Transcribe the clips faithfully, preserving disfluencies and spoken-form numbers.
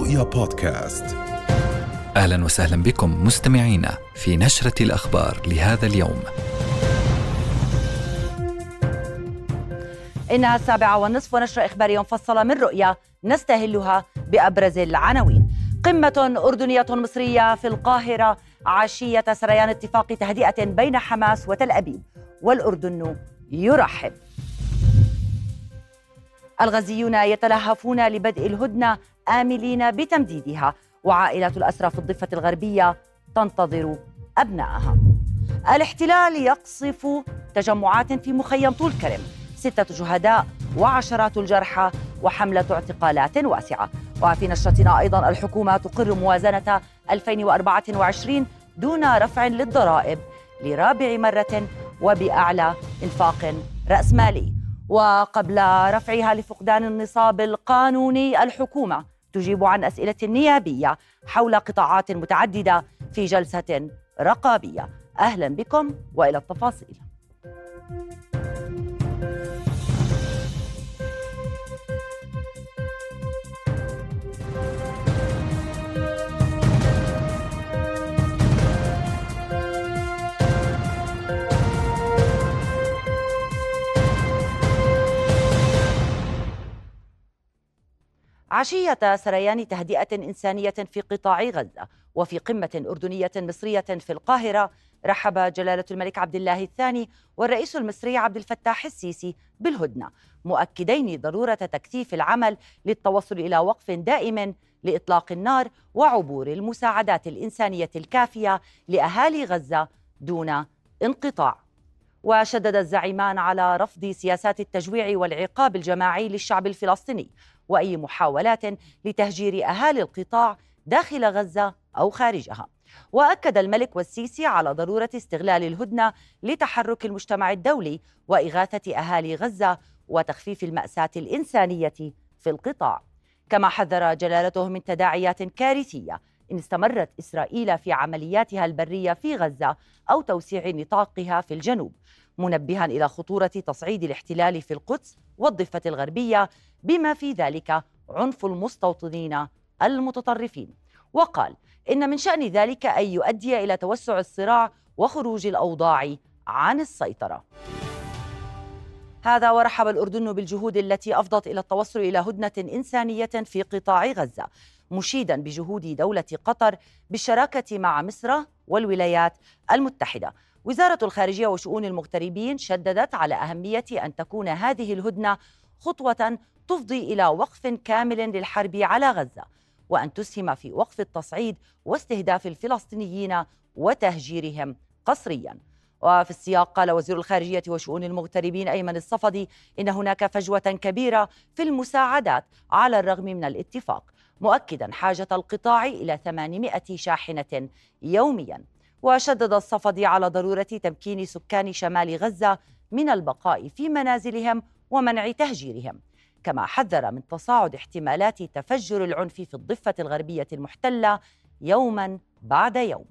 رؤيا بودكاست. أهلا وسهلا بكم مستمعينا في نشرة الأخبار لهذا اليوم. إنها السابعة والنصف ونشرة إخبارية مفصلة من رؤيا نستهلها بأبرز العناوين. قمة أردنية مصرية في القاهرة عشية سريان اتفاق تهدئة بين حماس وتل أبيب، والأردن يرحب. الغزيون يتلهفون لبدء الهدنة آملين بتمديدها، وعائلات الأسرى في الضفة الغربية تنتظر أبنائها. الاحتلال يقصف تجمعات في مخيم طول كرم، ستة شهداء وعشرات الجرحى وحملة اعتقالات واسعة. وفي نشرتنا أيضا الحكومة تقر موازنة ألفين وأربعة وعشرين دون رفع للضرائب لرابع مرة وبأعلى إنفاق رأسمالي. وقبل رفعها لفقدان النصاب القانوني، الحكومة تجيب عن أسئلة نيابية حول قطاعات متعددة في جلسة رقابية. أهلا بكم وإلى التفاصيل. عشية سريان تهدئة إنسانية في قطاع غزة وفي قمة أردنية مصرية في القاهرة، رحب جلالة الملك عبد الله الثاني والرئيس المصري عبد الفتاح السيسي بالهدنة، مؤكدين ضرورة تكثيف العمل للتوصل إلى وقف دائم لإطلاق النار وعبور المساعدات الإنسانية الكافية لأهالي غزة دون انقطاع. وشدد الزعيمان على رفض سياسات التجويع والعقاب الجماعي للشعب الفلسطيني وأي محاولات لتهجير أهالي القطاع داخل غزة أو خارجها. وأكد الملك والسيسي على ضرورة استغلال الهدنة لتحرك المجتمع الدولي وإغاثة أهالي غزة وتخفيف المأساة الإنسانية في القطاع. كما حذر جلالته من تداعيات كارثية إن استمرت إسرائيل في عملياتها البرية في غزة أو توسيع نطاقها في الجنوب، منبها إلى خطورة تصعيد الاحتلال في القدس والضفة الغربية بما في ذلك عنف المستوطنين المتطرفين. وقال إن من شأن ذلك أن يؤدي إلى توسع الصراع وخروج الأوضاع عن السيطرة. هذا ورحب الأردن بالجهود التي أفضت إلى التوصل إلى هدنة إنسانية في قطاع غزة، مشيدا بجهود دولة قطر بالشراكة مع مصر والولايات المتحدة. وزارة الخارجية وشؤون المغتربين شددت على أهمية أن تكون هذه الهدنة خطوة تفضي إلى وقف كامل للحرب على غزة، وأن تسهم في وقف التصعيد واستهداف الفلسطينيين وتهجيرهم قسريا. وفي السياق قال وزير الخارجية وشؤون المغتربين أيمن الصفدي إن هناك فجوة كبيرة في المساعدات على الرغم من الاتفاق، مؤكدا حاجة القطاع إلى ثمانمائة شاحنة يوميا. وشدد الصفدي على ضرورة تمكين سكان شمال غزة من البقاء في منازلهم ومنع تهجيرهم، كما حذر من تصاعد احتمالات تفجر العنف في الضفة الغربية المحتلة يوما بعد يوم.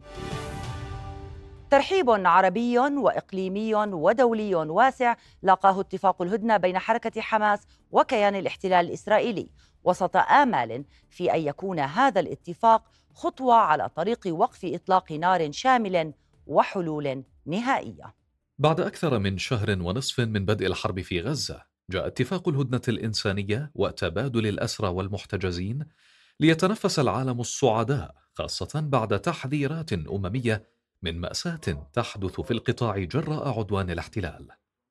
ترحيب عربي وإقليمي ودولي واسع لاقاه اتفاق الهدنة بين حركة حماس وكيان الاحتلال الإسرائيلي، وسط آمال في أن يكون هذا الاتفاق خطوة على طريق وقف إطلاق نار شامل وحلول نهائية. بعد أكثر من شهر ونصف من بدء الحرب في غزة، جاء اتفاق الهدنة الإنسانية وتبادل الأسرى والمحتجزين ليتنفس العالم الصعداء، خاصة بعد تحذيرات أممية من مأساة تحدث في القطاع جراء عدوان الاحتلال.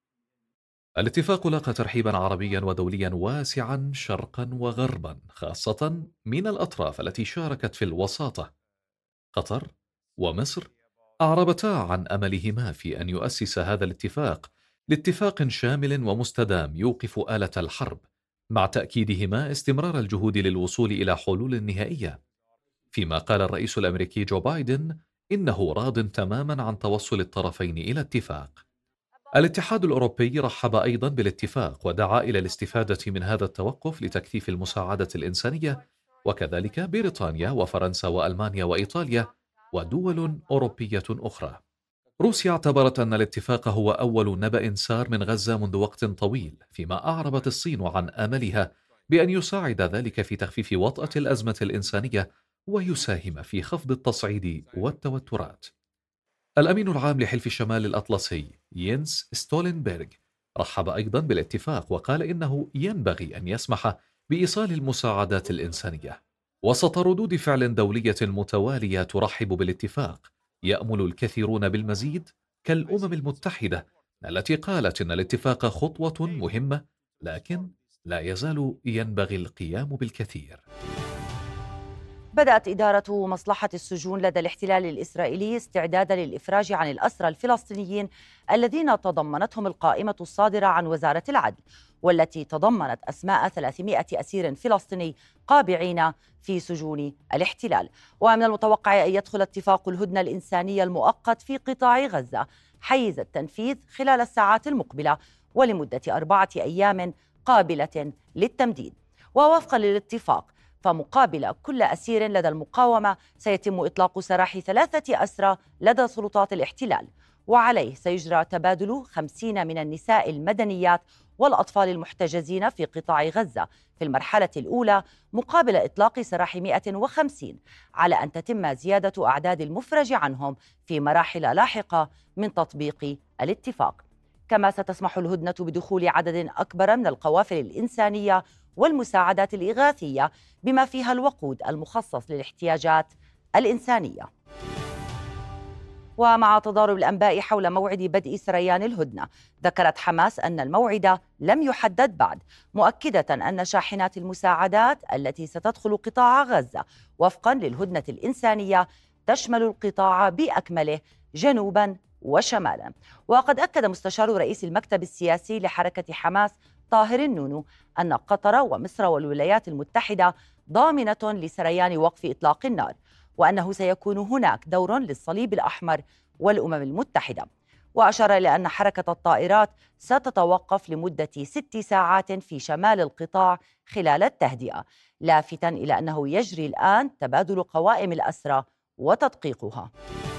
الاتفاق لاقى ترحيبا عربيا ودوليا واسعا شرقا وغربا، خاصة من الأطراف التي شاركت في الوساطة. قطر ومصر أعربتا عن أملهما في أن يؤسس هذا الاتفاق لاتفاق شامل ومستدام يوقف آلة الحرب، مع تأكيدهما استمرار الجهود للوصول إلى حلول نهائية. فيما قال الرئيس الأمريكي جو بايدن إنه راض تماما عن توصل الطرفين إلى اتفاق. الاتحاد الأوروبي رحب أيضا بالاتفاق ودعا إلى الاستفادة من هذا التوقف لتكثيف المساعدة الإنسانية، وكذلك بريطانيا وفرنسا وألمانيا وإيطاليا ودول أوروبية أخرى. روسيا اعتبرت أن الاتفاق هو أول نبأ سار من غزة منذ وقت طويل، فيما أعربت الصين عن آملها بأن يساعد ذلك في تخفيف وطأة الأزمة الإنسانية ويساهم في خفض التصعيد والتوترات. الأمين العام لحلف الشمال الأطلسي ينس ستولنبرغ رحب أيضا بالاتفاق وقال إنه ينبغي أن يسمح بإيصال المساعدات الإنسانية. وسط ردود فعل دولية متوالية ترحب بالاتفاق، يأمل الكثيرون بالمزيد كالأمم المتحدة التي قالت إن الاتفاق خطوة مهمة، لكن لا يزال ينبغي القيام بالكثير. بدأت إدارة مصلحة السجون لدى الاحتلال الإسرائيلي استعدادا للإفراج عن الأسرى الفلسطينيين الذين تضمنتهم القائمة الصادرة عن وزارة العدل، والتي تضمنت أسماء ثلاثمائة أسير فلسطيني قابعين في سجون الاحتلال. ومن المتوقع أن يدخل اتفاق الهدنة الإنسانية المؤقت في قطاع غزة حيز التنفيذ خلال الساعات المقبلة ولمدة أربعة أيام قابلة للتمديد. ووفقا للاتفاق فمقابل كل أسير لدى المقاومة سيتم إطلاق سراح ثلاثة أسرى لدى سلطات الاحتلال، وعليه سيجرى تبادل خمسين من النساء المدنيات والأطفال المحتجزين في قطاع غزة في المرحلة الأولى مقابل إطلاق سراح مئة وخمسين، على أن تتم زيادة أعداد المفرج عنهم في مراحل لاحقة من تطبيق الاتفاق. كما ستسمح الهدنة بدخول عدد أكبر من القوافل الإنسانية والمساعدات الإغاثية بما فيها الوقود المخصص للاحتياجات الإنسانية. ومع تضارب الأنباء حول موعد بدء سريان الهدنة، ذكرت حماس أن الموعد لم يحدد بعد، مؤكدة أن شاحنات المساعدات التي ستدخل قطاع غزة وفقا للهدنة الإنسانية تشمل القطاع بأكمله جنوبا وشمالا. وقد أكد مستشار رئيس المكتب السياسي لحركة حماس طاهر النونو أن قطر ومصر والولايات المتحدة ضامنة لسريان وقف إطلاق النار، وأنه سيكون هناك دور للصليب الأحمر والأمم المتحدة. وأشار إلى أن حركة الطائرات ستتوقف لمدة ست ساعات في شمال القطاع خلال التهدئة، لافتاً إلى أنه يجري الآن تبادل قوائم الأسرى وتدقيقها.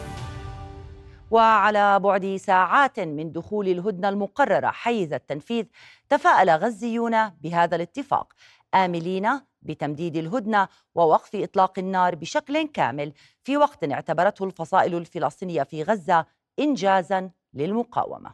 وعلى بعد ساعات من دخول الهدنة المقررة حيز التنفيذ، تفاءل غزيون بهذا الاتفاق، آملين بتمديد الهدنة ووقف إطلاق النار بشكل كامل في وقت اعتبرته الفصائل الفلسطينية في غزة إنجازاً للمقاومة.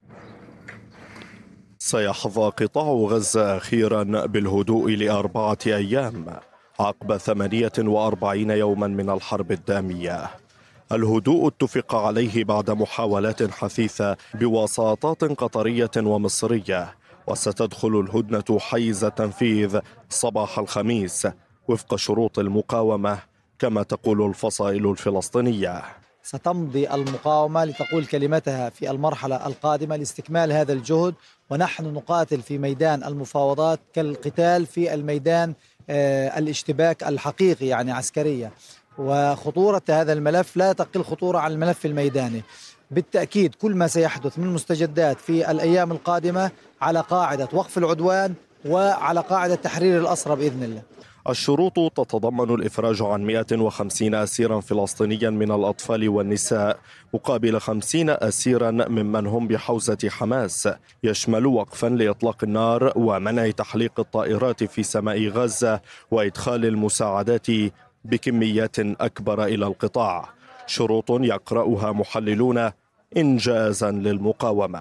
سيحظى قطاع غزة أخيراً بالهدوء لأربعة أيام عقب ثمانية وأربعين يوماً من الحرب الدامية. الهدوء اتفق عليه بعد محاولات حثيثة بوساطات قطرية ومصرية، وستدخل الهدنة حيز التنفيذ صباح الخميس وفق شروط المقاومة كما تقول الفصائل الفلسطينية. ستمضي المقاومة لتقول كلمتها في المرحلة القادمة لاستكمال هذا الجهد، ونحن نقاتل في ميدان المفاوضات كالقتال في الميدان آه الاشتباك الحقيقي يعني عسكريا. وخطورة هذا الملف لا تقل خطورة عن الملف الميداني. بالتأكيد كل ما سيحدث من مستجدات في الأيام القادمة على قاعدة وقف العدوان وعلى قاعدة تحرير الأسرى بإذن الله. الشروط تتضمن الإفراج عن مئة وخمسين أسيرا فلسطينيا من الأطفال والنساء مقابل خمسين أسيرا ممن هم بحوزة حماس، يشمل وقفا لإطلاق النار ومنع تحليق الطائرات في سماء غزة وإدخال المساعدات بكميات أكبر إلى القطاع، شروط يقرأها محللون إنجازا للمقاومة.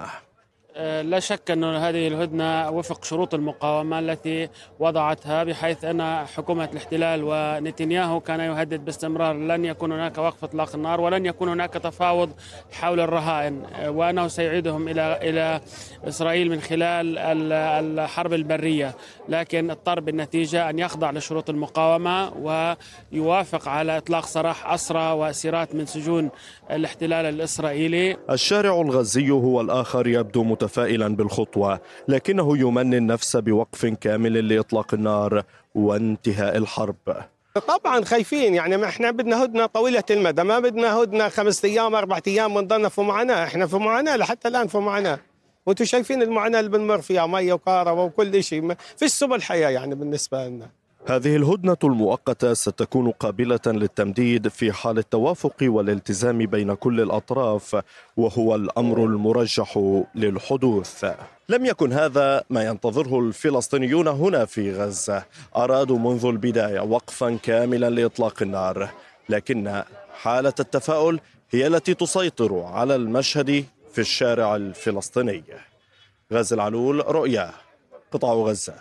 لا شك أن هذه الهدنة وفق شروط المقاومة التي وضعتها، بحيث أن حكومة الاحتلال ونتنياهو كان يهدد باستمرار لن يكون هناك وقف إطلاق النار ولن يكون هناك تفاوض حول الرهائن، وأنه سيعيدهم إلى إلى إسرائيل من خلال الحرب البرية. لكن اضطر بالنتيجة أن يخضع لشروط المقاومة ويوافق على إطلاق سراح أسرى وأسيرات من سجون الاحتلال الإسرائيلي. الشارع الغزي هو الآخر يبدو متفائلا بالخطوة، لكنه يمني النفس بوقف كامل لإطلاق النار وانتهاء الحرب. طبعا خايفين، يعني ما احنا بدنا هدنة طويلة المدى، ما بدنا هدنة خمسة أيام أربعة أيام ونضلنا في معاناة. احنا في معاناة لحتى الآن، في معاناة، وانتم شايفين المعاناة اللي بنمر فيها، مية وكهرباء وكل شيء، في سبل الحياة يعني بالنسبة لنا. هذه الهدنة المؤقتة ستكون قابلة للتمديد في حال التوافق والالتزام بين كل الأطراف، وهو الأمر المرجح للحدوث. لم يكن هذا ما ينتظره الفلسطينيون هنا في غزة. أرادوا منذ البداية وقفا كاملا لإطلاق النار، لكن حالة التفاؤل هي التي تسيطر على المشهد في الشارع الفلسطيني. غازي العلول، رؤيا، قطاع غزة.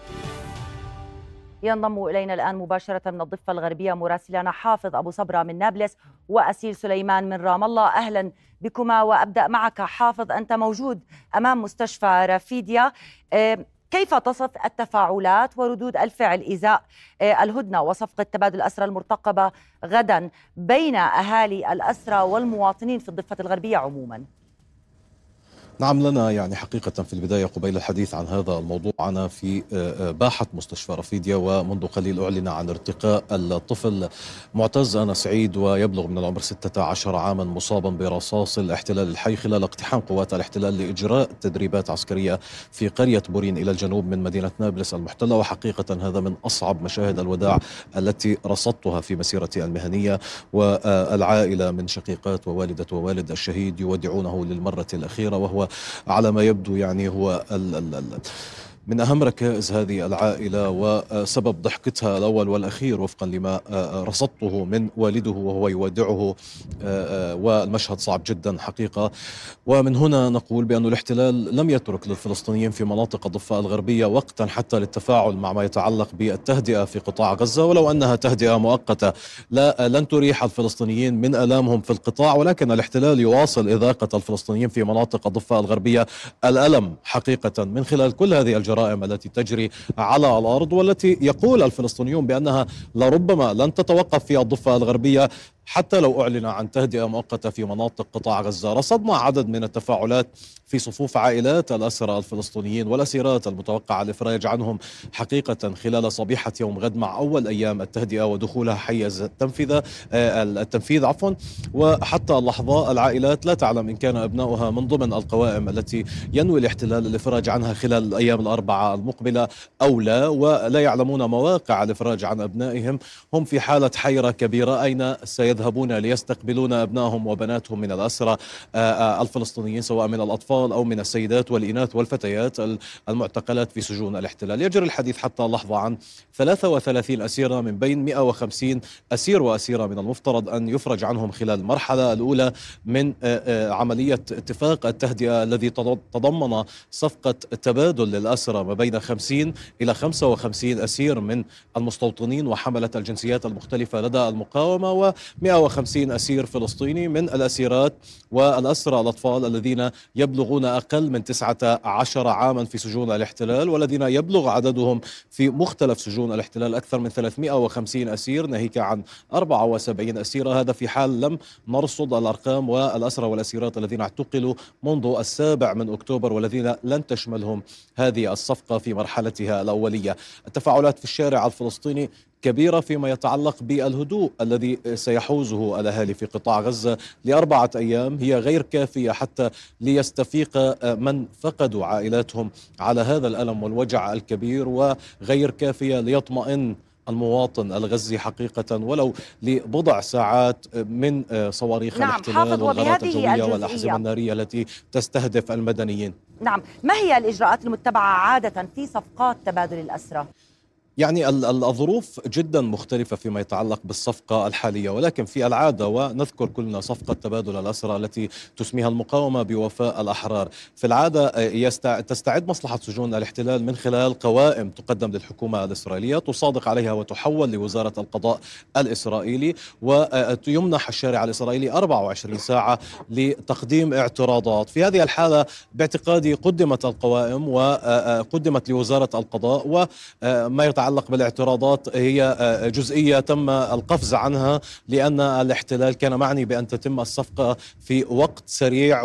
ينضم إلينا الآن مباشرة من الضفة الغربية مراسلنا حافظ أبو صبرة من نابلس وأسيل سليمان من رام الله. أهلا بكما، وأبدأ معك حافظ، أنت موجود أمام مستشفى رافيديا، كيف تصف التفاعلات وردود الفعل إزاء الهدنة وصفقة تبادل الأسرى المرتقبة غدا بين أهالي الأسرى والمواطنين في الضفة الغربية عموما؟ نعم، لنا يعني حقيقة في البداية قبيل الحديث عن هذا الموضوع أنا في باحة مستشفى رافيديا، ومنذ قليل أعلن عن ارتقاء الطفل معتز أنا سعيد ويبلغ من العمر ستة عشر عاما مصابا برصاص الاحتلال الحي خلال اقتحام قوات الاحتلال لإجراء تدريبات عسكرية في قرية بورين إلى الجنوب من مدينة نابلس المحتلة. وحقيقة هذا من أصعب مشاهد الوداع التي رصدتها في مسيرتي المهنية، والعائلة من شقيقات ووالدة ووالد الشهيد يودعونه للمرة الأخيرة، وهو على ما يبدو يعني هو ال ال ال من أهم ركائز هذه العائلة وسبب ضحكتها الأول والأخير وفقا لما رصدته من والده وهو يودعه، والمشهد صعب جدا حقيقة. ومن هنا نقول بأن الاحتلال لم يترك للفلسطينيين في مناطق الضفة الغربية وقتا حتى للتفاعل مع ما يتعلق بالتهدئة في قطاع غزة، ولو أنها تهدئة مؤقتة لا لن تريح الفلسطينيين من ألامهم في القطاع، ولكن الاحتلال يواصل إذاقة الفلسطينيين في مناطق الضفة الغربية الألم حقيقة من خلال كل هذه الجرائم التي تجري على الأرض، والتي يقول الفلسطينيون بأنها لربما لن تتوقف في الضفة الغربية حتى لو أعلن عن تهدئة مؤقتة في مناطق قطاع غزة. رصدنا عدد من التفاعلات في صفوف عائلات الأسرى الفلسطينيين والأسيرات المتوقع الإفراج عنهم حقيقة خلال صبيحة يوم غد مع أول أيام التهدئة ودخولها حيز التنفيذ التنفيذ عفوا وحتى اللحظة العائلات لا تعلم إن كان أبناؤها من ضمن القوائم التي ينوي الاحتلال الإفراج عنها خلال الأيام الأربعة المقبلة أو لا، ولا يعلمون مواقع الإفراج عن أبنائهم. هم في حالة حيرة كبيرة، أين سيذهبون ليستقبلون أبنائهم وبناتهم من الأسرى الفلسطينيين سواء من الأطفال أو من السيدات والإناث والفتيات المعتقلات في سجون الاحتلال. يجري الحديث حتى اللحظة عن ثلاثة وثلاثين أسيرة من بين مئة وخمسين أسير وأسيرة من المفترض أن يفرج عنهم خلال المرحلة الأولى من عملية اتفاق التهدئة الذي تضمن صفقة تبادل للأسرى ما بين خمسين إلى خمسة وخمسين أسير من المستوطنين وحملة الجنسيات المختلفة لدى المقاومة، ومئة وخمسين أسير فلسطيني من الأسيرات والأسرى الأطفال الذين يبلغون أقل من تسعة عشر عاما في سجون الاحتلال، والذين يبلغ عددهم في مختلف سجون الاحتلال أكثر من ثلاثمئة وخمسين أسير، ناهيك عن أربعة وسبعين أسيرة. هذا في حال لم نرصد الأرقام والأسرى والأسيرات الذين اعتقلوا منذ السابع من أكتوبر والذين لن تشملهم هذه الصفقة في مرحلتها الأولية. التفاعلات في الشارع الفلسطيني كبيرة فيما يتعلق بالهدوء الذي سيحوزه الأهالي في قطاع غزة لأربعة أيام، هي غير كافية حتى ليستفيق من فقدوا عائلاتهم على هذا الألم والوجع الكبير، وغير كافية ليطمئن المواطن الغزي حقيقة ولو لبضع ساعات من صواريخ نعم الاحتلال والغارات الجوية والأحزمة النارية التي تستهدف المدنيين. نعم، ما هي الإجراءات المتبعة عادة في صفقات تبادل الأسرى؟ يعني الظروف جدا مختلفة فيما يتعلق بالصفقة الحالية، ولكن في العادة ونذكر كلنا صفقة تبادل الأسرى التي تسميها المقاومة بوفاء الأحرار، في العادة تستعد مصلحة سجون الاحتلال من خلال قوائم تقدم للحكومة الإسرائيلية تصادق عليها وتحول لوزارة القضاء الإسرائيلي، ويمنح الشارع الإسرائيلي أربعة وعشرين ساعة لتقديم اعتراضات. في هذه الحالة باعتقادي قدمت القوائم وقدمت لوزارة القضاء، وما يتعلق يتعلق بالاعتراضات هي جزئية تم القفز عنها لأن الاحتلال كان معني بأن تتم الصفقة في وقت سريع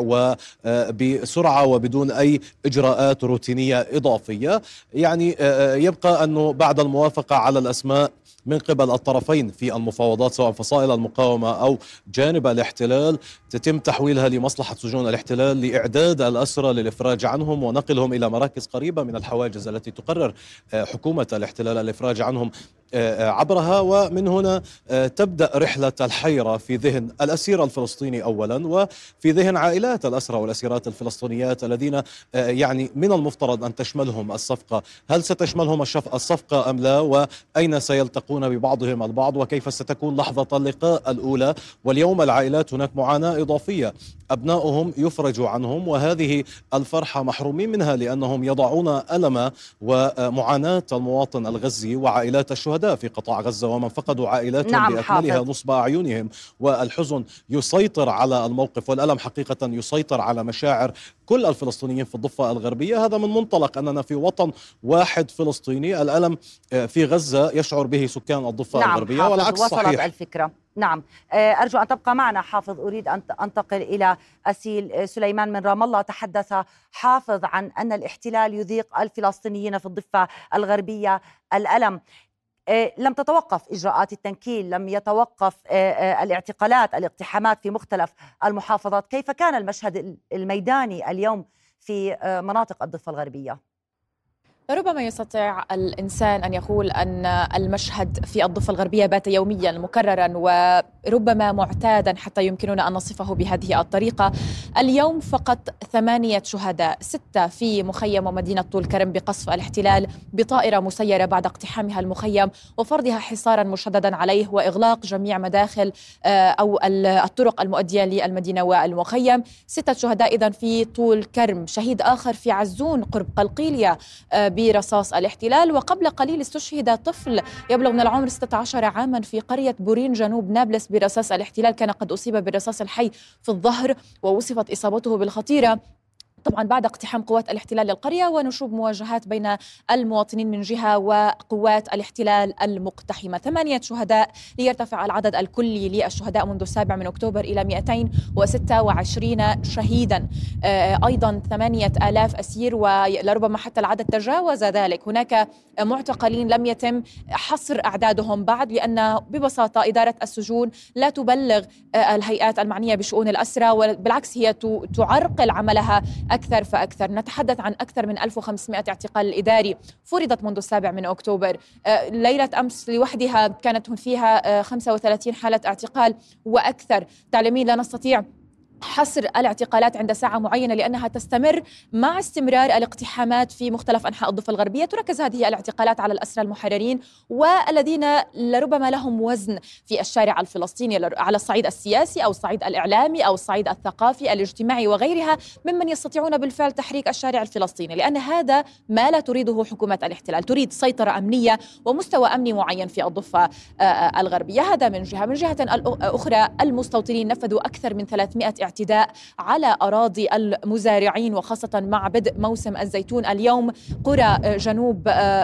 وبسرعة وبدون أي إجراءات روتينية إضافية. يعني يبقى أنه بعد الموافقة على الأسماء من قبل الطرفين في المفاوضات سواء فصائل المقاومة أو جانب الاحتلال تتم تحويلها لمصلحة سجون الاحتلال لإعداد الأسرى للإفراج عنهم ونقلهم إلى مراكز قريبة من الحواجز التي تقرر حكومة الاحتلال الإفراج عنهم عبرها. ومن هنا تبدأ رحلة الحيرة في ذهن الأسير الفلسطيني أولا، وفي ذهن عائلات الأسرى والأسيرات الفلسطينيات الذين يعني من المفترض أن تشملهم الصفقة. هل ستشملهم الصفقة أم لا؟ وأين سيلتقون ببعضهم البعض؟ وكيف ستكون لحظة اللقاء الأولى؟ واليوم العائلات هناك معاناة إضافية، أبنائهم يفرجوا عنهم، وهذه الفرحة محرومين منها لأنهم يضعون ألم ومعاناة المواطن الغزي وعائلات الشهداء في قطاع غزة ومن فقدوا عائلاتهم نعم بأكملها حافظ. نصب أعينهم. والحزن يسيطر على الموقف، والألم حقيقة يسيطر على مشاعر كل الفلسطينيين في الضفة الغربية. هذا من منطلق أننا في وطن واحد فلسطيني. الألم في غزة يشعر به سكان الضفة نعم الغربية حافظ، والعكس وصلت صحيح. الفكرة. نعم أرجو أن تبقى معنا حافظ. أريد أن أنتقل إلى أسيل سليمان من رام الله. تحدث حافظ عن أن الاحتلال يذيق الفلسطينيين في الضفة الغربية الألم. لم تتوقف إجراءات التنكيل، لم يتوقف الاعتقالات، الاقتحامات في مختلف المحافظات. كيف كان المشهد الميداني اليوم في مناطق الضفة الغربية؟ ربما يستطيع الإنسان أن يقول أن المشهد في الضفة الغربية بات يوميا مكررا وربما معتادا حتى يمكننا أن نصفه بهذه الطريقة. اليوم فقط ثمانية شهداء، ستة في مخيم ومدينة طول كرم بقصف الاحتلال بطائرة مسيرة بعد اقتحامها المخيم وفرضها حصارا مشددا عليه وإغلاق جميع مداخل أو الطرق المؤدية للمدينة والمخيم. ستة شهداء إذن في طول كرم، شهيد آخر في عزون قرب قلقيلية برصاص الاحتلال، وقبل قليل استشهد طفل يبلغ من العمر ستة عشر عاما في قرية بورين جنوب نابلس برصاص الاحتلال. كان قد أصيب بالرصاص الحي في الظهر ووصفت إصابته بالخطيرة طبعا بعد اقتحام قوات الاحتلال للقرية ونشوب مواجهات بين المواطنين من جهة وقوات الاحتلال المقتحمة. ثمانية شهداء ليرتفع العدد الكلي للشهداء منذ السابع من أكتوبر إلى مئتين وستة وعشرين شهيدا. أيضا ثمانية آلاف أسير ولربما حتى العدد تجاوز ذلك. هناك معتقلين لم يتم حصر أعدادهم بعد، لأن ببساطة إدارة السجون لا تبلغ الهيئات المعنية بشؤون الأسرى، وبالعكس هي تعرقل عملها أكثر فأكثر. نتحدث عن أكثر من ألف وخمسمئة اعتقال إداري فرضت منذ السابع من أكتوبر. ليلة أمس لوحدها كانت فيها خمسة وثلاثين حالة اعتقال وأكثر. تعلمين لا نستطيع حصر الاعتقالات عند ساعة معينة لأنها تستمر مع استمرار الاقتحامات في مختلف أنحاء الضفة الغربية. تركز هذه الاعتقالات على الأسرى المحررين والذين لربما لهم وزن في الشارع الفلسطيني على الصعيد السياسي أو الصعيد الإعلامي أو الصعيد الثقافي الاجتماعي وغيرها، ممن يستطيعون بالفعل تحريك الشارع الفلسطيني، لأن هذا ما لا تريده حكومة الاحتلال. تريد سيطرة أمنية ومستوى أمني معين في الضفة الغربية. هذا من جهة. من جهة أخرى المستوطنين نفذوا أكثر من ثلاثمئة اعتداء على أراضي المزارعين، وخاصة مع بدء موسم الزيتون. اليوم قرى جنوب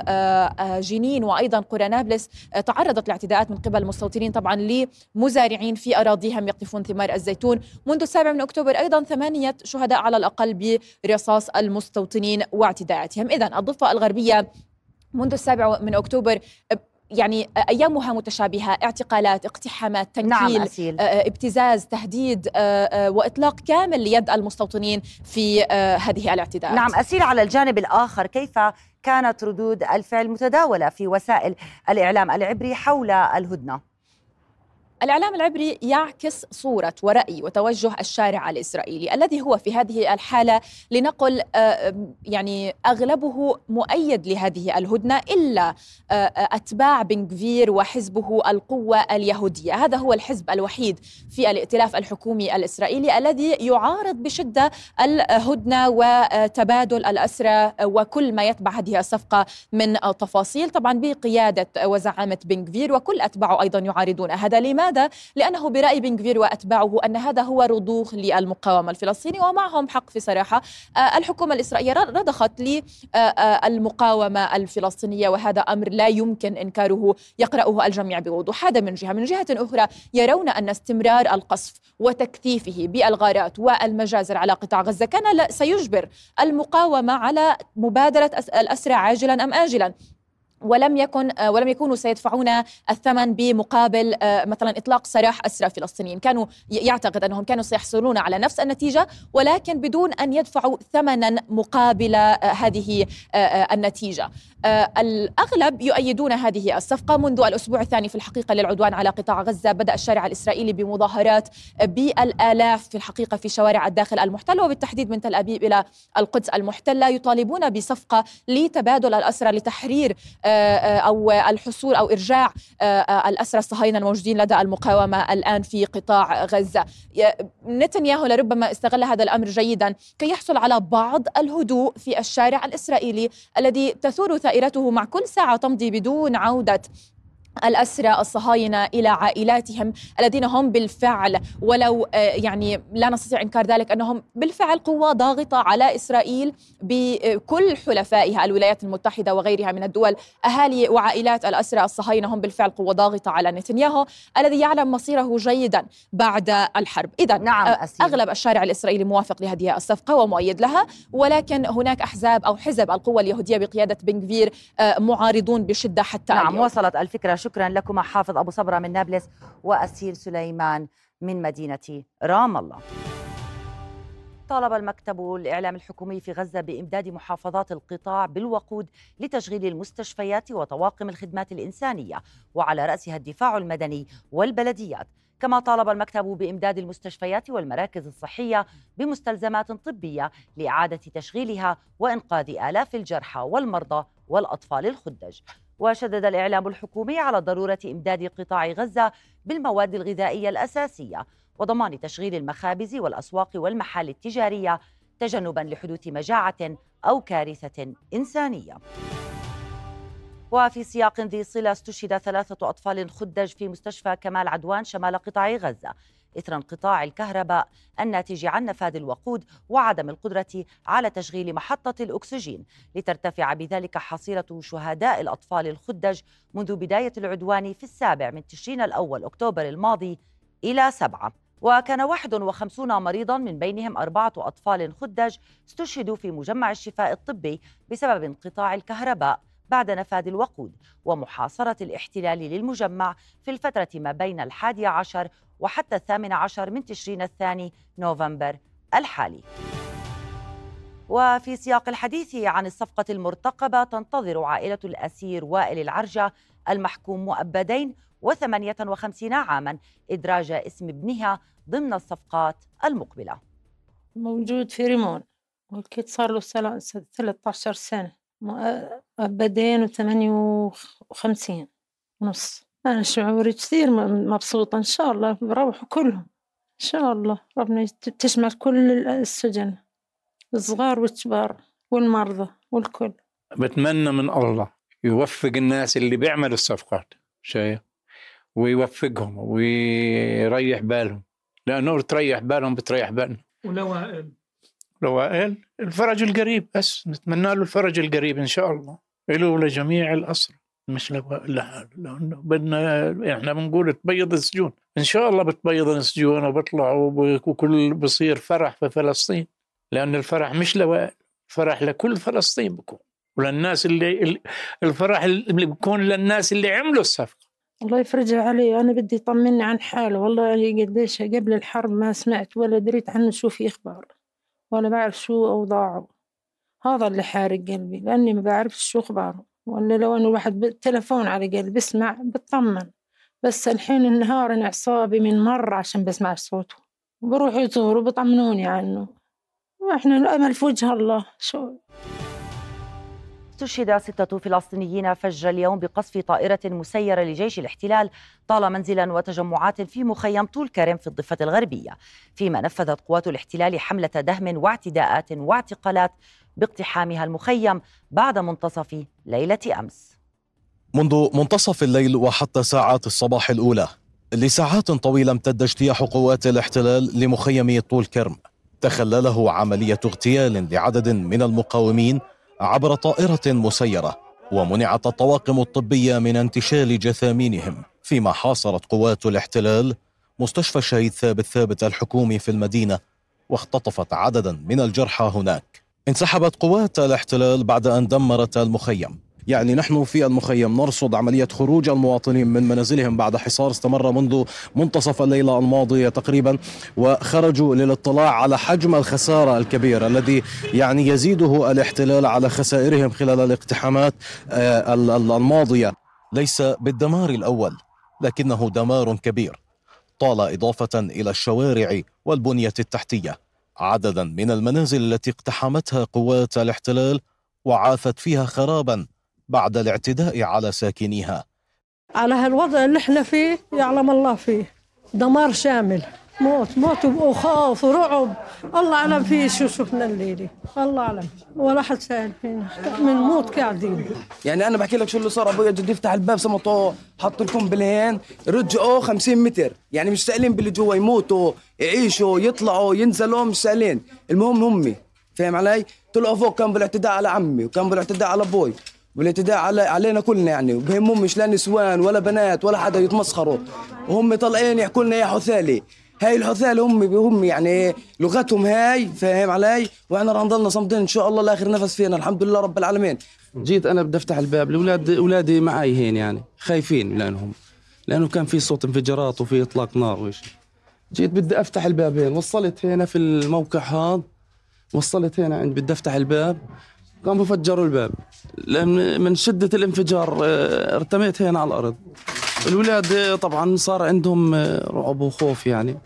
جنين وأيضا قرى نابلس تعرضت لاعتداءات من قبل المستوطنين طبعا لمزارعين في أراضيهم يقطفون ثمار الزيتون. منذ السابع من أكتوبر أيضا ثمانية شهداء على الأقل برصاص المستوطنين واعتداءاتهم. إذن الضفة الغربية منذ السابع من أكتوبر يعني أيامها متشابهة، اعتقالات، اقتحامات، تنكيل، نعم ابتزاز، تهديد وإطلاق كامل ليد المستوطنين في هذه الاعتداءات. نعم أسيل، على الجانب الآخر كيف كانت ردود الفعل متداولة في وسائل الإعلام العبري حول الهدنة؟ الإعلام العبري يعكس صورة ورأي وتوجه الشارع الإسرائيلي الذي هو في هذه الحالة لنقل يعني أغلبه مؤيد لهذه الهدنة إلا أتباع بن غفير وحزبه القوة اليهودية. هذا هو الحزب الوحيد في الائتلاف الحكومي الإسرائيلي الذي يعارض بشدة الهدنة وتبادل الأسرى وكل ما يتبع هذه الصفقة من تفاصيل، طبعا بقيادة وزعامة بن غفير، وكل أتباعه أيضا يعارضون هذا. لماذا؟ لأنه برأي بن غفير وأتباعه أن هذا هو رضوخ للمقاومة الفلسطينية، ومعهم حق في صراحة. الحكومة الإسرائيلية رضخت للمقاومة الفلسطينية، وهذا أمر لا يمكن إنكاره، يقرأه الجميع بوضوح. هذا من جهة. من جهة أخرى يرون أن استمرار القصف وتكثيفه بالغارات والمجازر على قطاع غزة كان سيجبر المقاومة على مبادرة الأسرى عاجلا أم آجلا. ولم يكن ولم يكونوا سيدفعون الثمن بمقابل مثلا إطلاق سراح أسرى فلسطينيين. كانوا يعتقد أنهم كانوا سيحصلون على نفس النتيجة ولكن بدون أن يدفعوا ثمنا مقابل هذه النتيجة. الأغلب يؤيدون هذه الصفقة. منذ الأسبوع الثاني في الحقيقة للعدوان على قطاع غزة بدأ الشارع الإسرائيلي بمظاهرات بالآلاف في الحقيقة في شوارع الداخل المحتل، وبالتحديد من تل أبيب إلى القدس المحتلة، يطالبون بصفقة لتبادل الأسرى لتحرير أو الحصول أو إرجاع الأسرى الصهاينة الموجودين لدى المقاومة الآن في قطاع غزة. نتنياهو لربما استغل هذا الأمر جيدا كي يحصل على بعض الهدوء في الشارع الإسرائيلي الذي تثور ثائرته مع كل ساعة تمضي بدون عودة الأسرى الصهاينة إلى عائلاتهم الذين هم بالفعل، ولو يعني لا نستطيع إنكار ذلك، أنهم بالفعل قوة ضاغطة على إسرائيل بكل حلفائها الولايات المتحدة وغيرها من الدول. أهالي وعائلات الأسرى الصهاينة هم بالفعل قوة ضاغطة على نتنياهو الذي يعلم مصيره جيدا بعد الحرب. إذا نعم أسير. أغلب الشارع الإسرائيلي موافق لهذه الصفقة ومؤيد لها، ولكن هناك أحزاب أو حزب القوة اليهودية بقيادة بن غفير معارضون بشدة حتى نعم اليوم. وصلت الفكرة. شكرا لكم حافظ أبو صبرة من نابلس وأسير سليمان من مدينة رام الله. طالب المكتب الإعلام الحكومي في غزة بإمداد محافظات القطاع بالوقود لتشغيل المستشفيات وطواقم الخدمات الإنسانية، وعلى رأسها الدفاع المدني والبلديات. كما طالب المكتب بإمداد المستشفيات والمراكز الصحية بمستلزمات طبية لإعادة تشغيلها وإنقاذ آلاف الجرحى والمرضى والأطفال الخدج. وشدد الإعلام الحكومي على ضرورة إمداد قطاع غزة بالمواد الغذائية الأساسية وضمان تشغيل المخابز والأسواق والمحال التجارية تجنباً لحدوث مجاعة أو كارثة إنسانية. وفي سياق ذي صلة استشهد ثلاثة أطفال خدج في مستشفى كمال عدوان شمال قطاع غزة إثر انقطاع الكهرباء الناتج عن نفاذ الوقود وعدم القدرة على تشغيل محطة الأكسجين، لترتفع بذلك حصيلة شهداء الأطفال الخدج منذ بداية العدوان في السابع من تشرين الأول أكتوبر الماضي إلى سبعة. وكان واحد وخمسين مريضاً من بينهم أربعة أطفال خدج استشهدوا في مجمع الشفاء الطبي بسبب انقطاع الكهرباء بعد نفاذ الوقود ومحاصرة الاحتلال للمجمع في الفترة ما بين الحادي عشر وحتى الثامن عشر من تشرين الثاني نوفمبر الحالي. وفي سياق الحديث عن الصفقة المرتقبة، تنتظر عائلة الأسير وائل العرجة المحكوم مؤبدين وثمانية وخمسين عاماً إدراج اسم ابنها ضمن الصفقات المقبلة. موجود في ريمون والكيت صار له ثلاثة عشر سنة، مؤبدين وثمانية وخمسين ونص. أنا شعوري كثير مبسوطة، إن شاء الله بروحوا كلهم إن شاء الله. ربنا تشمل كل السجن، الصغار والكبار والمرضى والكل. بتمنى من الله يوفق الناس اللي بيعملوا الصفقات شيء ويوفقهم ويريح بالهم، لأنه تريح بالهم بتريح بالنا. ولوائل لوائل الفرج القريب، بس نتمنى له الفرج القريب إن شاء الله، له ولجميع الأسرى، مش لوائل لحاله، لأنه بدنا إحنا بنقول تبيض السجون، إن شاء الله بتبيض السجون وبيطلعوا وكل بصير فرح في فلسطين، لأن الفرح مش لوائل، فرح لكل فلسطين بكون، وللناس اللي الفرح اللي بيكون للناس اللي عملوا الصفقة. الله يفرجها عليه. أنا بدي يطمني عن حاله، والله قديش قبل الحرب ما سمعت ولا دريت عنه شو في إخبار ولا بعرف شو أوضاعه. هذا اللي حارق قلبي، لأني ما بعرف شو أخباره، ولا لو أنه واحد بالتلفون على قلبي بسمع بتطمن، بس الحين النهار أنا أعصابي من مرة عشان بسمع صوته، وبروح يزور وبطمنوني عنه، وإحنا الأمل في وجه الله. شو استشهد ستة فلسطينيين فجر اليوم بقصف طائرة مسيرة لجيش الاحتلال طال منزلا وتجمعات في مخيم طول كرم في الضفة الغربية، فيما نفذت قوات الاحتلال حملة دهم واعتداءات واعتقالات باقتحامها المخيم بعد منتصف ليلة أمس. منذ منتصف الليل وحتى ساعات الصباح الأولى لساعات طويلة امتد اجتياح قوات الاحتلال لمخيم طول كرم، تخلله عملية اغتيال لعدد من المقاومين عبر طائرة مسيرة، ومنعت الطواقم الطبية من انتشال جثامينهم، فيما حاصرت قوات الاحتلال مستشفى الشهيد ثابت ثابت الحكومي في المدينة واختطفت عددا من الجرحى هناك. انسحبت قوات الاحتلال بعد أن دمرت المخيم، يعني نحن في المخيم نرصد عملية خروج المواطنين من منازلهم بعد حصار استمر منذ منتصف الليلة الماضية تقريبا، وخرجوا للاطلاع على حجم الخسارة الكبير الذي يعني يزيده الاحتلال على خسائرهم خلال الاقتحامات الماضية. ليس بالدمار الأول لكنه دمار كبير طال إضافة إلى الشوارع والبنية التحتية عددا من المنازل التي اقتحمتها قوات الاحتلال وعاثت فيها خرابا بعد الاعتداء على ساكنيها. على هالوضع اللي احنا فيه يعلم الله فيه دمار شامل، موت موت وخوف ورعب. الله أعلم فيه شو شفنا الليلة، الله أعلم ولا حد سائل فينا، من موت قاعدين. يعني أنا بحكي لك شو اللي صار. أبويا جد يفتح الباب سمطوا حطوا القنبلين رجعوا خمسين متر، يعني مش سائلين باللي جوا يموتوا يعيشوا يطلعوا ينزلوا، مش سائلين. المهم همي فاهم علي؟ طلعوا فوق كان بالاعتداء على عمي وكان بالاعتداء على أبوي والاعتداء على علينا كلنا، يعني وبهمهم مش لا نسوان ولا بنات ولا حدا يتمسخروا، وهم طالعين يحكوا لنا يا حثالي. هاي الحثال هم هم يعني لغتهم هاي فاهم علي، واحنا رح نضلنا صامدين ان شاء الله لاخر نفس فينا الحمد لله رب العالمين. جيت انا بدي افتح الباب، الاولاد اولادي معي هين يعني خايفين لانهم لانه كان في صوت انفجارات وفي اطلاق نار وإيش. جيت بدي افتح الباب هين، وصلت هنا في الموقع هذا، وصلت هنا عند بدي افتح الباب قاموا فجروا الباب. لأن من شدة الانفجار ارتميت هنا على الأرض. الولاد طبعا صار عندهم رعب وخوف. يعني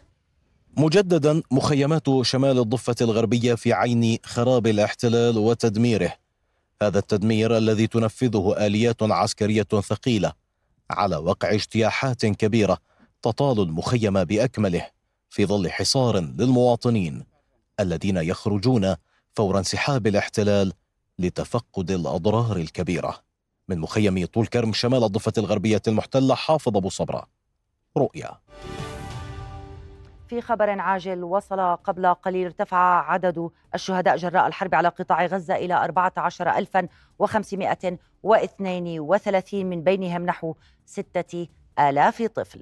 مجددا مخيمات شمال الضفة الغربية في عين خراب الاحتلال وتدميره، هذا التدمير الذي تنفذه آليات عسكرية ثقيلة على وقع اجتياحات كبيرة تطال المخيم بأكمله في ظل حصار للمواطنين الذين يخرجون فور انسحاب الاحتلال لتفقد الأضرار الكبيرة. من مخيم طول كرم شمال الضفة الغربية المحتلة، حافظ أبو صبرة، رؤيا. في خبر عاجل، وصل قبل قليل ارتفع عدد الشهداء جراء الحرب على قطاع غزة إلى أربعة عشر ألفا وخمسمائة واثنين وثلاثين، من بينهم نحو ستة آلاف طفل.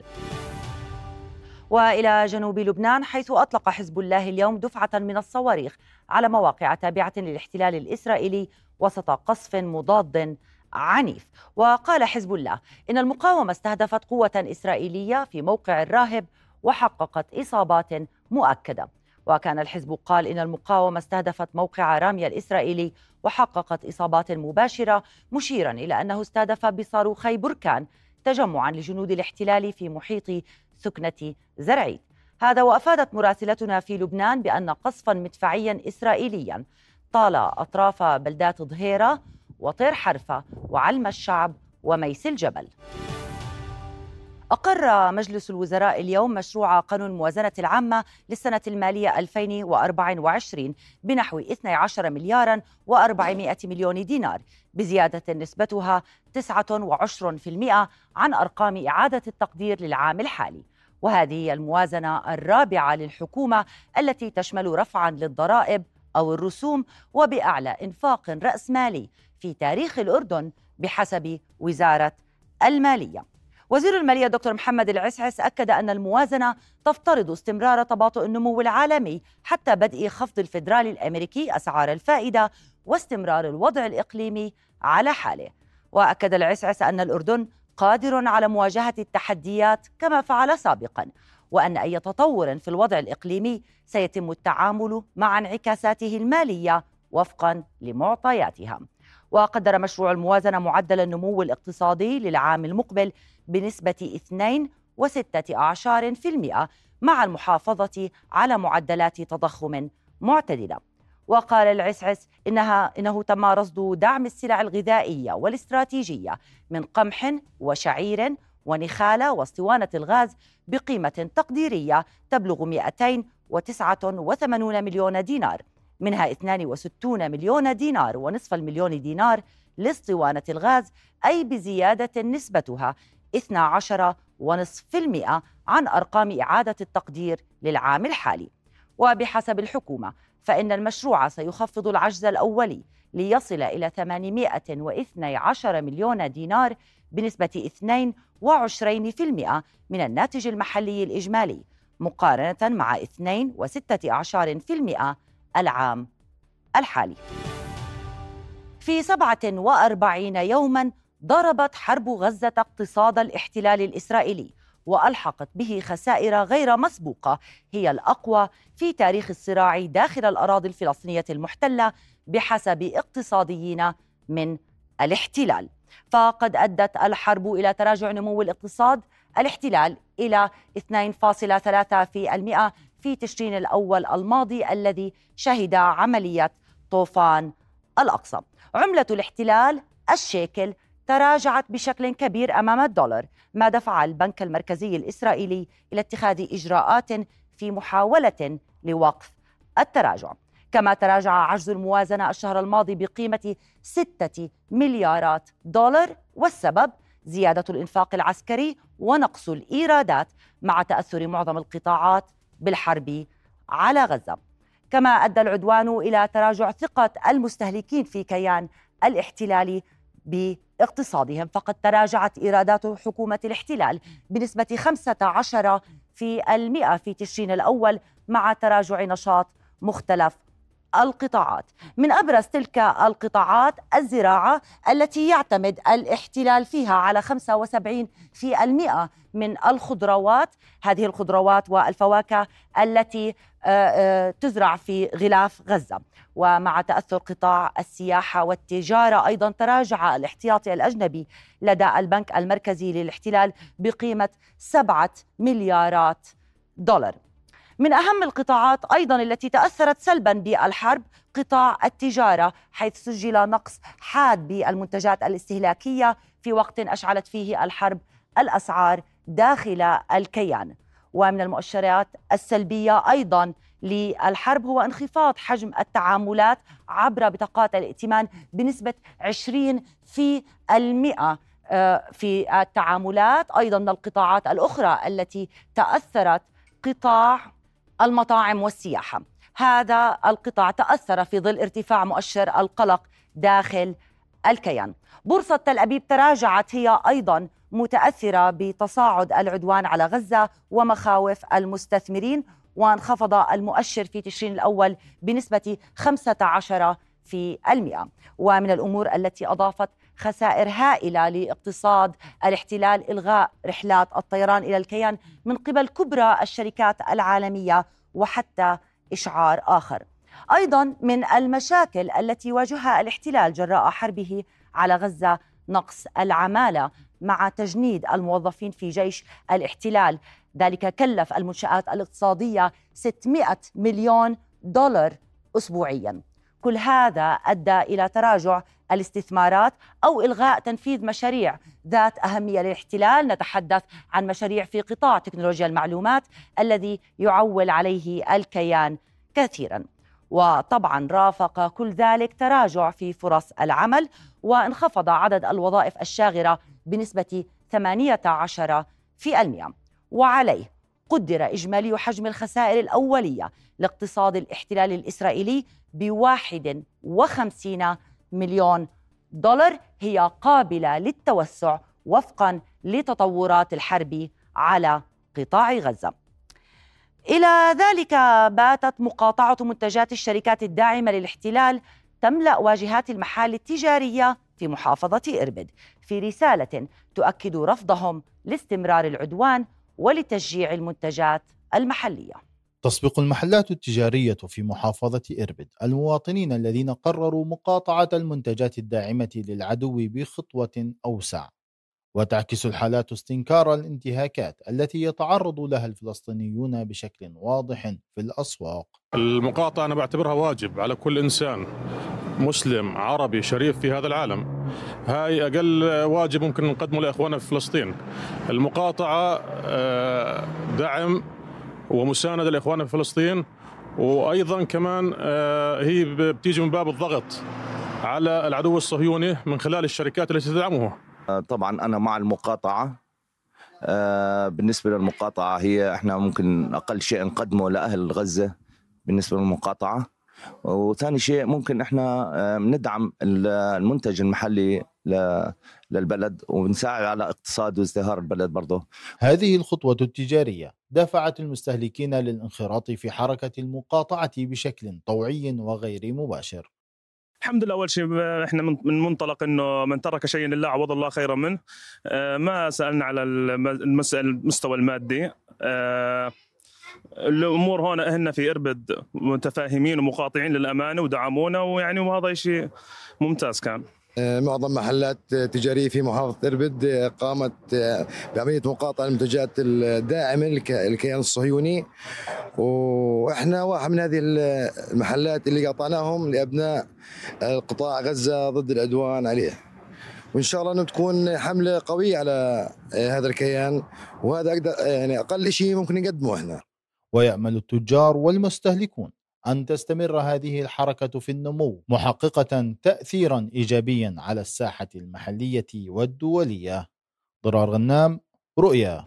وإلى جنوب لبنان، حيث أطلق حزب الله اليوم دفعة من الصواريخ على مواقع تابعة للاحتلال الإسرائيلي وسط قصف مضاد عنيف. وقال حزب الله إن المقاومة استهدفت قوة إسرائيلية في موقع الراهب وحققت إصابات مؤكدة. وكان الحزب قال إن المقاومة استهدفت موقع رامية الإسرائيلي وحققت إصابات مباشرة، مشيرا إلى أنه استهدف بصاروخي بركان تجمعا لجنود الاحتلال في محيط سكنة زرعيد. هذا وأفادت مراسلتنا في لبنان بأن قصفا مدفعيا إسرائيليا طال أطراف بلدات ظهيرة وطير حرفة وعلم الشعب وميس الجبل. أقر مجلس الوزراء اليوم مشروع قانون الموازنة العامة للسنة المالية ألفين وأربعة وعشرين بنحو اثني عشر مليارا وأربعمائة مليون دينار، بزيادة نسبتها تسعة وعشرين بالمئة عن أرقام إعادة التقدير للعام الحالي. وهذه هي الموازنة الرابعة للحكومة التي تشمل رفعا للضرائب أو الرسوم وبأعلى إنفاق رأسمالي في تاريخ الأردن بحسب وزارة المالية. وزير المالية دكتور محمد العسعس أكد أن الموازنة تفترض استمرار تباطؤ النمو العالمي حتى بدء خفض الفيدرالي الأمريكي أسعار الفائدة واستمرار الوضع الإقليمي على حاله. وأكد العسعس أن الأردن قادر على مواجهة التحديات كما فعل سابقا، وأن أي تطور في الوضع الإقليمي سيتم التعامل مع انعكاساته المالية وفقا لمعطياتها. وقدر مشروع الموازنة معدل النمو الاقتصادي للعام المقبل بنسبة اثنين وستة أعشار في المئة مع المحافظة على معدلات تضخم معتدلة. وقال العسعس إنها إنه تم رصد دعم السلع الغذائية والاستراتيجية من قمح وشعير ونخالة واسطوانة الغاز بقيمة تقديرية تبلغ مئتين وتسعة وثمانين مليون دينار، منها اثنين وستين مليون دينار ونصف المليون دينار لاسطوانة الغاز، أي بزيادة نسبتها اثني عشر ونصف في المئة عن أرقام إعادة التقدير للعام الحالي. وبحسب الحكومة فإن المشروع سيخفض العجز الأولي ليصل إلى ثمانمائة واثني عشر مليون دينار بنسبة اثنين وعشرين بالمئة من الناتج المحلي الإجمالي، مقارنة مع اثنين وستة أعشار في المئة العام الحالي. في سبعة وأربعين يوما ضربت حرب غزة اقتصاد الاحتلال الإسرائيلي وألحقت به خسائر غير مسبوقة هي الأقوى في تاريخ الصراع داخل الأراضي الفلسطينية المحتلة بحسب اقتصاديين من الاحتلال. فقد أدت الحرب إلى تراجع نمو الاقتصاد الاحتلال إلى اثنين فاصلة ثلاثة بالمئة في تشرين الأول الماضي الذي شهد عملية طوفان الأقصى. عملة الاحتلال الشيكل تراجعت بشكل كبير أمام الدولار، ما دفع البنك المركزي الإسرائيلي إلى اتخاذ إجراءات في محاولة لوقف التراجع. كما تراجع عجز الموازنة الشهر الماضي بقيمة ستة مليارات دولار، والسبب زيادة الإنفاق العسكري ونقص الإيرادات مع تأثر معظم القطاعات بالحرب على غزة. كما أدى العدوان إلى تراجع ثقة المستهلكين في كيان الاحتلال باقتصادهم، فقد تراجعت إيرادات حكومة الاحتلال بنسبة خمسة عشر في المئة في تشرين الأول مع تراجع نشاط مختلف القطاعات. من أبرز تلك القطاعات الزراعة التي يعتمد الاحتلال فيها على خمسة وسبعين في المئة من الخضروات، هذه الخضروات والفواكه التي تزرع في غلاف غزة. ومع تأثر قطاع السياحة والتجارة أيضا تراجع الاحتياطي الأجنبي لدى البنك المركزي للاحتلال بقيمة سبعة مليارات دولار. من أهم القطاعات أيضا التي تأثرت سلبا بالحرب قطاع التجارة، حيث سجل نقص حاد بالمنتجات الاستهلاكية في وقت أشعلت فيه الحرب الأسعار داخل الكيان. ومن المؤشرات السلبية أيضا للحرب هو انخفاض حجم التعاملات عبر بطاقات الائتمان بنسبة عشرين في المئة في التعاملات. أيضا من القطاعات الأخرى التي تأثرت قطاع المطاعم والسياحة، هذا القطاع تأثر في ظل ارتفاع مؤشر القلق داخل الكيان. بورصة تل أبيب تراجعت هي أيضا متأثرة بتصاعد العدوان على غزة ومخاوف المستثمرين، وانخفض المؤشر في تشرين الأول بنسبة خمسة عشر في المئة. ومن الأمور التي أضافت خسائر هائلة لاقتصاد الاحتلال إلغاء رحلات الطيران إلى الكيان من قبل كبرى الشركات العالمية وحتى إشعار آخر. أيضا من المشاكل التي واجهها الاحتلال جراء حربه على غزة نقص العمالة مع تجنيد الموظفين في جيش الاحتلال، ذلك كلف المنشآت الاقتصادية ستمائة مليون دولار أسبوعياً. كل هذا أدى إلى تراجع الاستثمارات أو إلغاء تنفيذ مشاريع ذات أهمية للاحتلال. نتحدث عن مشاريع في قطاع تكنولوجيا المعلومات الذي يعول عليه الكيان كثيراً. وطبعاً رافق كل ذلك تراجع في فرص العمل، وانخفض عدد الوظائف الشاغرة بنسبة ثمانية عشر في المئة. وعليه قدر إجمالي حجم الخسائر الأولية لاقتصاد الاحتلال الإسرائيلي بواحد وخمسين مليون دولار، هي قابلة للتوسع وفقا لتطورات الحرب على قطاع غزة. إلى ذلك باتت مقاطعة منتجات الشركات الداعمة للاحتلال تملأ واجهات المحال التجارية في محافظة إربد في رسالة تؤكد رفضهم لاستمرار العدوان ولتشجيع المنتجات المحلية. تسبق المحلات التجارية في محافظة إربد المواطنين الذين قرروا مقاطعة المنتجات الداعمة للعدو بخطوة أوسع، وتعكس الحالات استنكار الانتهاكات التي يتعرض لها الفلسطينيون بشكل واضح في الأسواق. المقاطعة أنا بعتبرها واجب على كل إنسان مسلم عربي شريف في هذا العالم. هاي أقل واجب ممكن نقدمه لإخواننا في فلسطين. المقاطعة دعم ومساندة لإخواننا في فلسطين، وأيضا كمان هي بتيجي من باب الضغط على العدو الصهيوني من خلال الشركات التي تدعمه. طبعا أنا مع المقاطعة. بالنسبة للمقاطعة هي إحنا ممكن أقل شيء نقدمه لأهل غزة بالنسبة للمقاطعة، وثاني شيء ممكن إحنا ندعم المنتج المحلي للبلد ونساعد على اقتصاد وازدهار البلد برضه. هذه الخطوة التجارية دفعت المستهلكين للانخراط في حركة المقاطعة بشكل طوعي وغير مباشر. الحمد لله. أول شيء إحنا من منطلق إنه من ترك شيئا لله عوض الله خيرا منه، ما سألنا على المستوى المادي. الأمور هنا هن في إربد متفاهمين ومقاطعين للأمانة ودعمونا، ويعني وهذا شيء ممتاز كان. معظم محلات تجارية في محافظة إربد قامت بعملية مقاطعة المنتجات الداعمة للكيان الصهيوني، وإحنا واحد من هذه المحلات اللي قاطعناهم لأبناء قطاع غزة ضد العدوان عليه. وإن شاء الله أنه تكون حملة قوية على هذا الكيان، وهذا أقدر يعني أقل شيء ممكن نقدمه إحنا. ويأمل التجار والمستهلكون أن تستمر هذه الحركة في النمو، محققة تأثيرا إيجابيا على الساحة المحلية والدولية. ضرار غنام، رؤيا.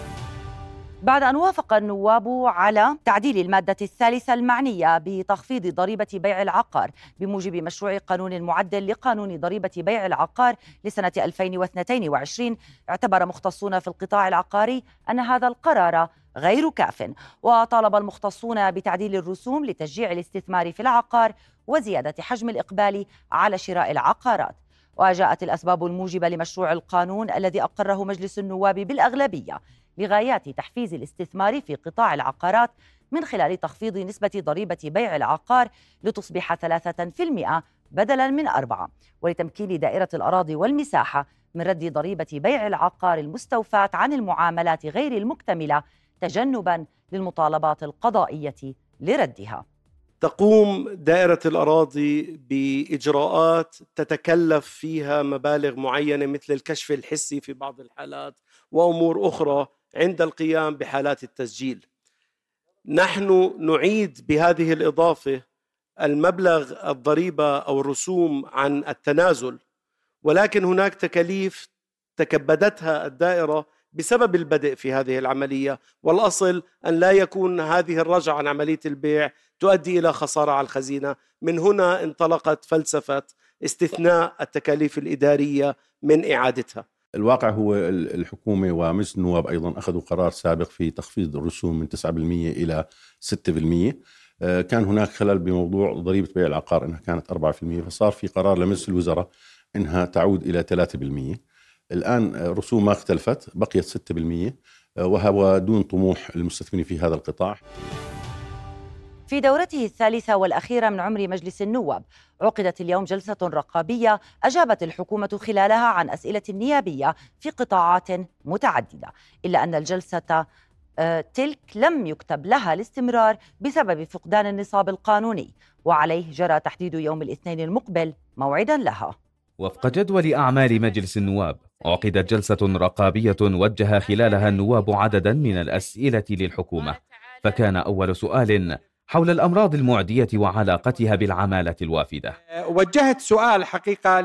بعد أن وافق النواب على تعديل المادة الثالثة المعنية بتخفيض ضريبة بيع العقار بموجب مشروع قانون معدل لقانون ضريبة بيع العقار لسنة ألفين واثنين وعشرين، اعتبر مختصون في القطاع العقاري أن هذا القرار غير كاف، وطالب المختصون بتعديل الرسوم لتشجيع الاستثمار في العقار وزيادة حجم الإقبال على شراء العقارات. وجاءت الأسباب الموجبة لمشروع القانون الذي أقره مجلس النواب بالأغلبية لغايات تحفيز الاستثمار في قطاع العقارات من خلال تخفيض نسبة ضريبة بيع العقار لتصبح ثلاثة بالمئة بدلاً من أربعة، ولتمكين دائرة الأراضي والمساحة من رد ضريبة بيع العقار المستوفاة عن المعاملات غير المكتملة تجنباً للمطالبات القضائية لردها. تقوم دائرة الأراضي بإجراءات تتكلف فيها مبالغ معينة مثل الكشف الحسي في بعض الحالات وأمور أخرى عند القيام بحالات التسجيل. نحن نعيد بهذه الإضافة المبلغ الضريبة أو الرسوم عن التنازل، ولكن هناك تكاليف تكبدتها الدائرة بسبب البدء في هذه العملية، والأصل أن لا يكون هذه الرجعة عن عملية البيع تؤدي إلى خسارة على الخزينة. من هنا انطلقت فلسفة استثناء التكاليف الإدارية من إعادتها. الواقع هو الحكومة ومجلس النواب أيضا أخذوا قرار سابق في تخفيض الرسوم من تسعة بالمئة إلى ستة بالمئة. كان هناك خلل بموضوع ضريبة بيع العقار إنها كانت أربعة بالمئة، فصار في قرار لمجلس الوزراء إنها تعود إلى ثلاثة بالمئة. الآن رسوم ما اختلفت، بقيت ستة بالمئة، وهو دون طموح المستثمرين في هذا القطاع. في دورته الثالثة والأخيرة من عمر مجلس النواب عقدت اليوم جلسة رقابية أجابت الحكومة خلالها عن أسئلة نيابية في قطاعات متعددة، إلا أن الجلسة تلك لم يكتب لها الاستمرار بسبب فقدان النصاب القانوني، وعليه جرى تحديد يوم الاثنين المقبل موعدا لها. وفق جدول أعمال مجلس النواب عقدت جلسة رقابية وجه خلالها النواب عددا من الأسئلة للحكومة، فكان أول سؤال حول الأمراض المعدية وعلاقتها بالعمالة الوافدة. وجهت سؤال حقيقة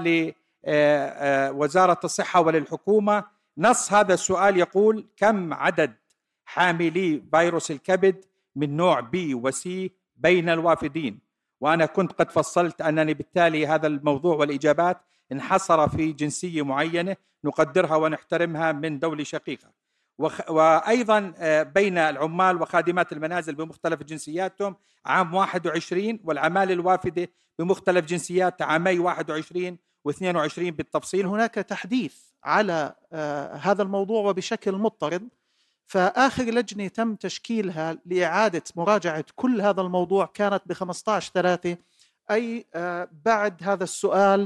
لوزارة الصحة وللحكومة. نص هذا السؤال يقول: كم عدد حاملي فيروس الكبد من نوع بي وسي بين الوافدين؟ وأنا كنت قد فصلت أنني بالتالي هذا الموضوع والإجابات انحصر في جنسية معينة نقدرها ونحترمها من دولة شقيقة، وأيضا بين العمال وخادمات المنازل بمختلف جنسياتهم عام واحد وعشرين، والعمالة الوافدة بمختلف جنسيات عامي واحد وعشرين واثنين وعشرين بالتفصيل. هناك تحديث على هذا الموضوع وبشكل مضطرد، فآخر لجنة تم تشكيلها لإعادة مراجعة كل هذا الموضوع كانت ب خمسة عشر ثلاثة، أي بعد هذا السؤال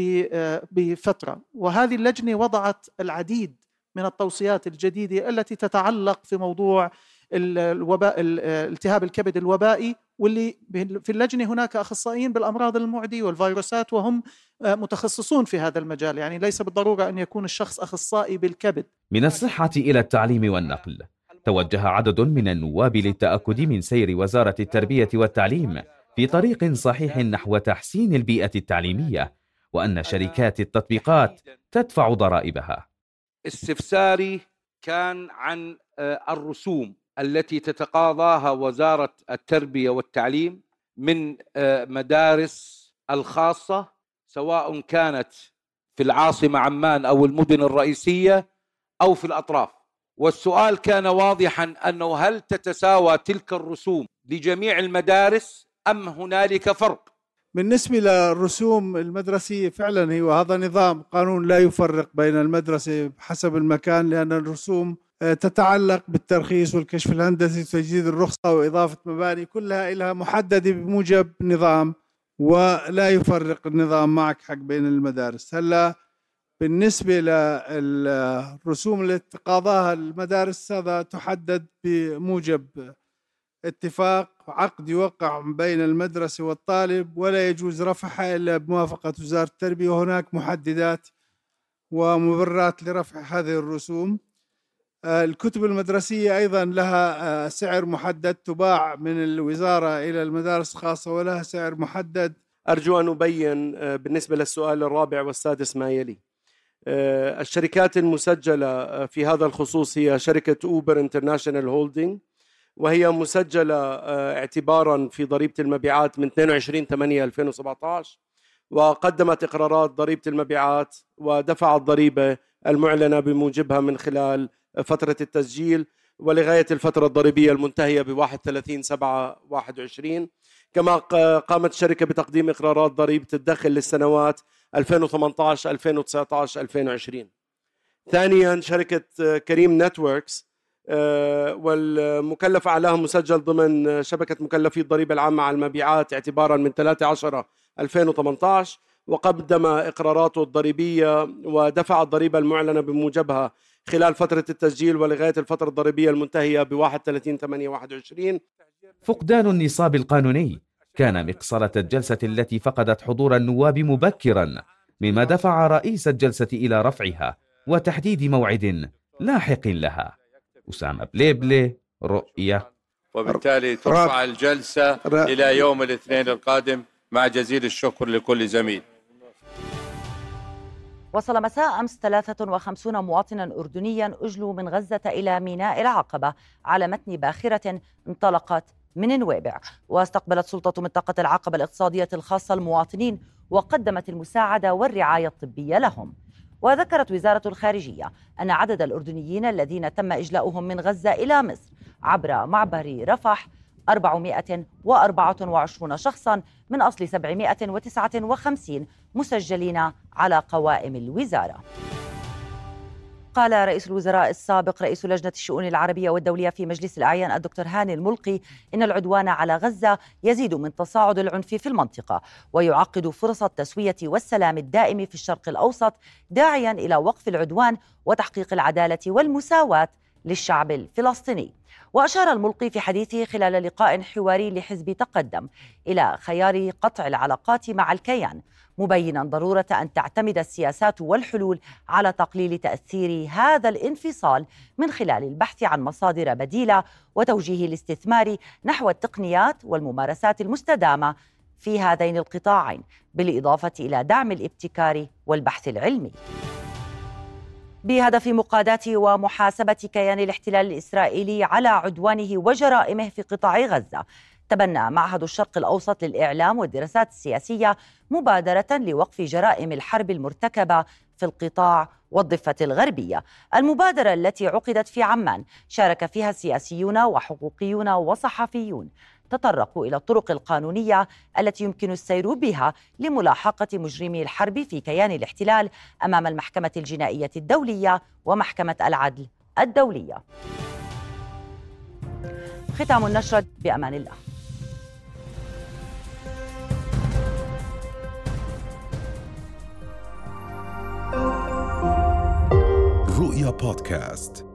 بفترة، وهذه اللجنة وضعت العديد من التوصيات الجديدة التي تتعلق في موضوع الوباء التهاب الكبد الوبائي، واللي في اللجنة هناك أخصائيين بالأمراض المعدية والفيروسات وهم متخصصون في هذا المجال، يعني ليس بالضرورة أن يكون الشخص أخصائي بالكبد. من الصحة إلى التعليم والنقل توجه عدد من النواب للتأكد من سير وزارة التربية والتعليم في طريق صحيح نحو تحسين البيئة التعليمية، وأن شركات التطبيقات تدفع ضرائبها. استفساري كان عن الرسوم التي تتقاضاها وزارة التربية والتعليم من مدارس الخاصة، سواء كانت في العاصمة عمان أو المدن الرئيسية أو في الأطراف. والسؤال كان واضحا أنه هل تتساوى تلك الرسوم لجميع المدارس أم هنالك فرق؟ بالنسبة للرسوم المدرسية فعلا هو هذا نظام قانون لا يفرق بين المدرسة حسب المكان، لأن الرسوم تتعلق بالترخيص والكشف الهندسي وتجديد الرخصة وإضافة مباني، كلها لها محددة بموجب نظام ولا يفرق النظام معك حق بين المدارس. هلا بالنسبة للرسوم اللي تقاضاها المدارس هذا تحدد بموجب اتفاق عقد يوقع بين المدرسة والطالب، ولا يجوز رفعها إلا بموافقة وزارة التربية، وهناك محددات ومبررات لرفع هذه الرسوم. الكتب المدرسية أيضا لها سعر محدد تباع من الوزارة إلى المدارس الخاصة ولها سعر محدد. أرجو أن أبين بالنسبة للسؤال الرابع والسادس ما يلي. الشركات المسجلة في هذا الخصوص هي شركة أوبر انترناشونال هولدينج، وهي مسجلة اعتبارا في ضريبة المبيعات من اثنين وعشرين ثمانية ألفين وسبعة عشر، وقدمت إقرارات ضريبة المبيعات ودفعت ضريبة المعلنة بموجبها من خلال فترة التسجيل ولغاية الفترة الضريبية المنتهية بواحد وثلاثين سبعة واحد وعشرين. كما قامت الشركة بتقديم إقرارات ضريبة الدخل للسنوات ألفين وثمانية عشر ألفين وتسعة عشر ألفين وعشرين. ثانيا شركة كريم نتوركس والمكلف عليها مسجل ضمن شبكة مكلفي الضريبة العامة على المبيعات اعتبارا من ثلاثة عشر ألفين وثمانية عشر، وقدم إقراراته الضريبية ودفع الضريبة المعلنة بموجبها خلال فترة التسجيل ولغاية الفترة الضريبية المنتهية ب واحد وثلاثين ثمانية واحد وعشرين. فقدان النصاب القانوني كان مقصلة الجلسة التي فقدت حضور النواب مبكرا، مما دفع رئيس الجلسة إلى رفعها وتحديد موعد لاحق لها. أسامة بليبلي، رؤية. وبالتالي ترفع الجلسة إلى يوم الاثنين القادم مع جزيل الشكر لكل زميل. وصل مساء أمس ثلاثة وخمسين مواطنا أردنيا أجلوا من غزة إلى ميناء العقبة على متن باخرة انطلقت من نويبع، واستقبلت سلطة منطقة العقبة الاقتصادية الخاصة المواطنين وقدمت المساعدة والرعاية الطبية لهم. وذكرت وزارة الخارجية أن عدد الأردنيين الذين تم إجلاؤهم من غزة إلى مصر عبر معبر رفح أربعمائة وأربعة وعشرين شخصا من أصل سبعمائة وتسعة وخمسين مسجلين على قوائم الوزارة. قال رئيس الوزراء السابق رئيس لجنة الشؤون العربية والدولية في مجلس الأعيان الدكتور هاني الملقي إن العدوان على غزة يزيد من تصاعد العنف في المنطقة ويعقد فرص التسوية والسلام الدائم في الشرق الأوسط، داعيا إلى وقف العدوان وتحقيق العدالة والمساواة للشعب الفلسطيني. وأشار الملقي في حديثه خلال لقاء حواري لحزب تقدم إلى خيار قطع العلاقات مع الكيان، مبينا ضرورة أن تعتمد السياسات والحلول على تقليل تأثير هذا الانفصال من خلال البحث عن مصادر بديلة وتوجيه الاستثمار نحو التقنيات والممارسات المستدامة في هذين القطاعين، بالإضافة إلى دعم الابتكار والبحث العلمي. بهدف مقاضاة ومحاسبة كيان الاحتلال الإسرائيلي على عدوانه وجرائمه في قطاع غزة، تبنى معهد الشرق الأوسط للإعلام والدراسات السياسية مبادرة لوقف جرائم الحرب المرتكبة في القطاع والضفة الغربية. المبادرة التي عقدت في عمان شارك فيها سياسيون وحقوقيون وصحفيون تطرقوا إلى الطرق القانونية التي يمكن السير بها لملاحقة مجرمي الحرب في كيان الاحتلال أمام المحكمة الجنائية الدولية ومحكمة العدل الدولية. ختام النشرة، بأمان الله. رؤيا بودكاست.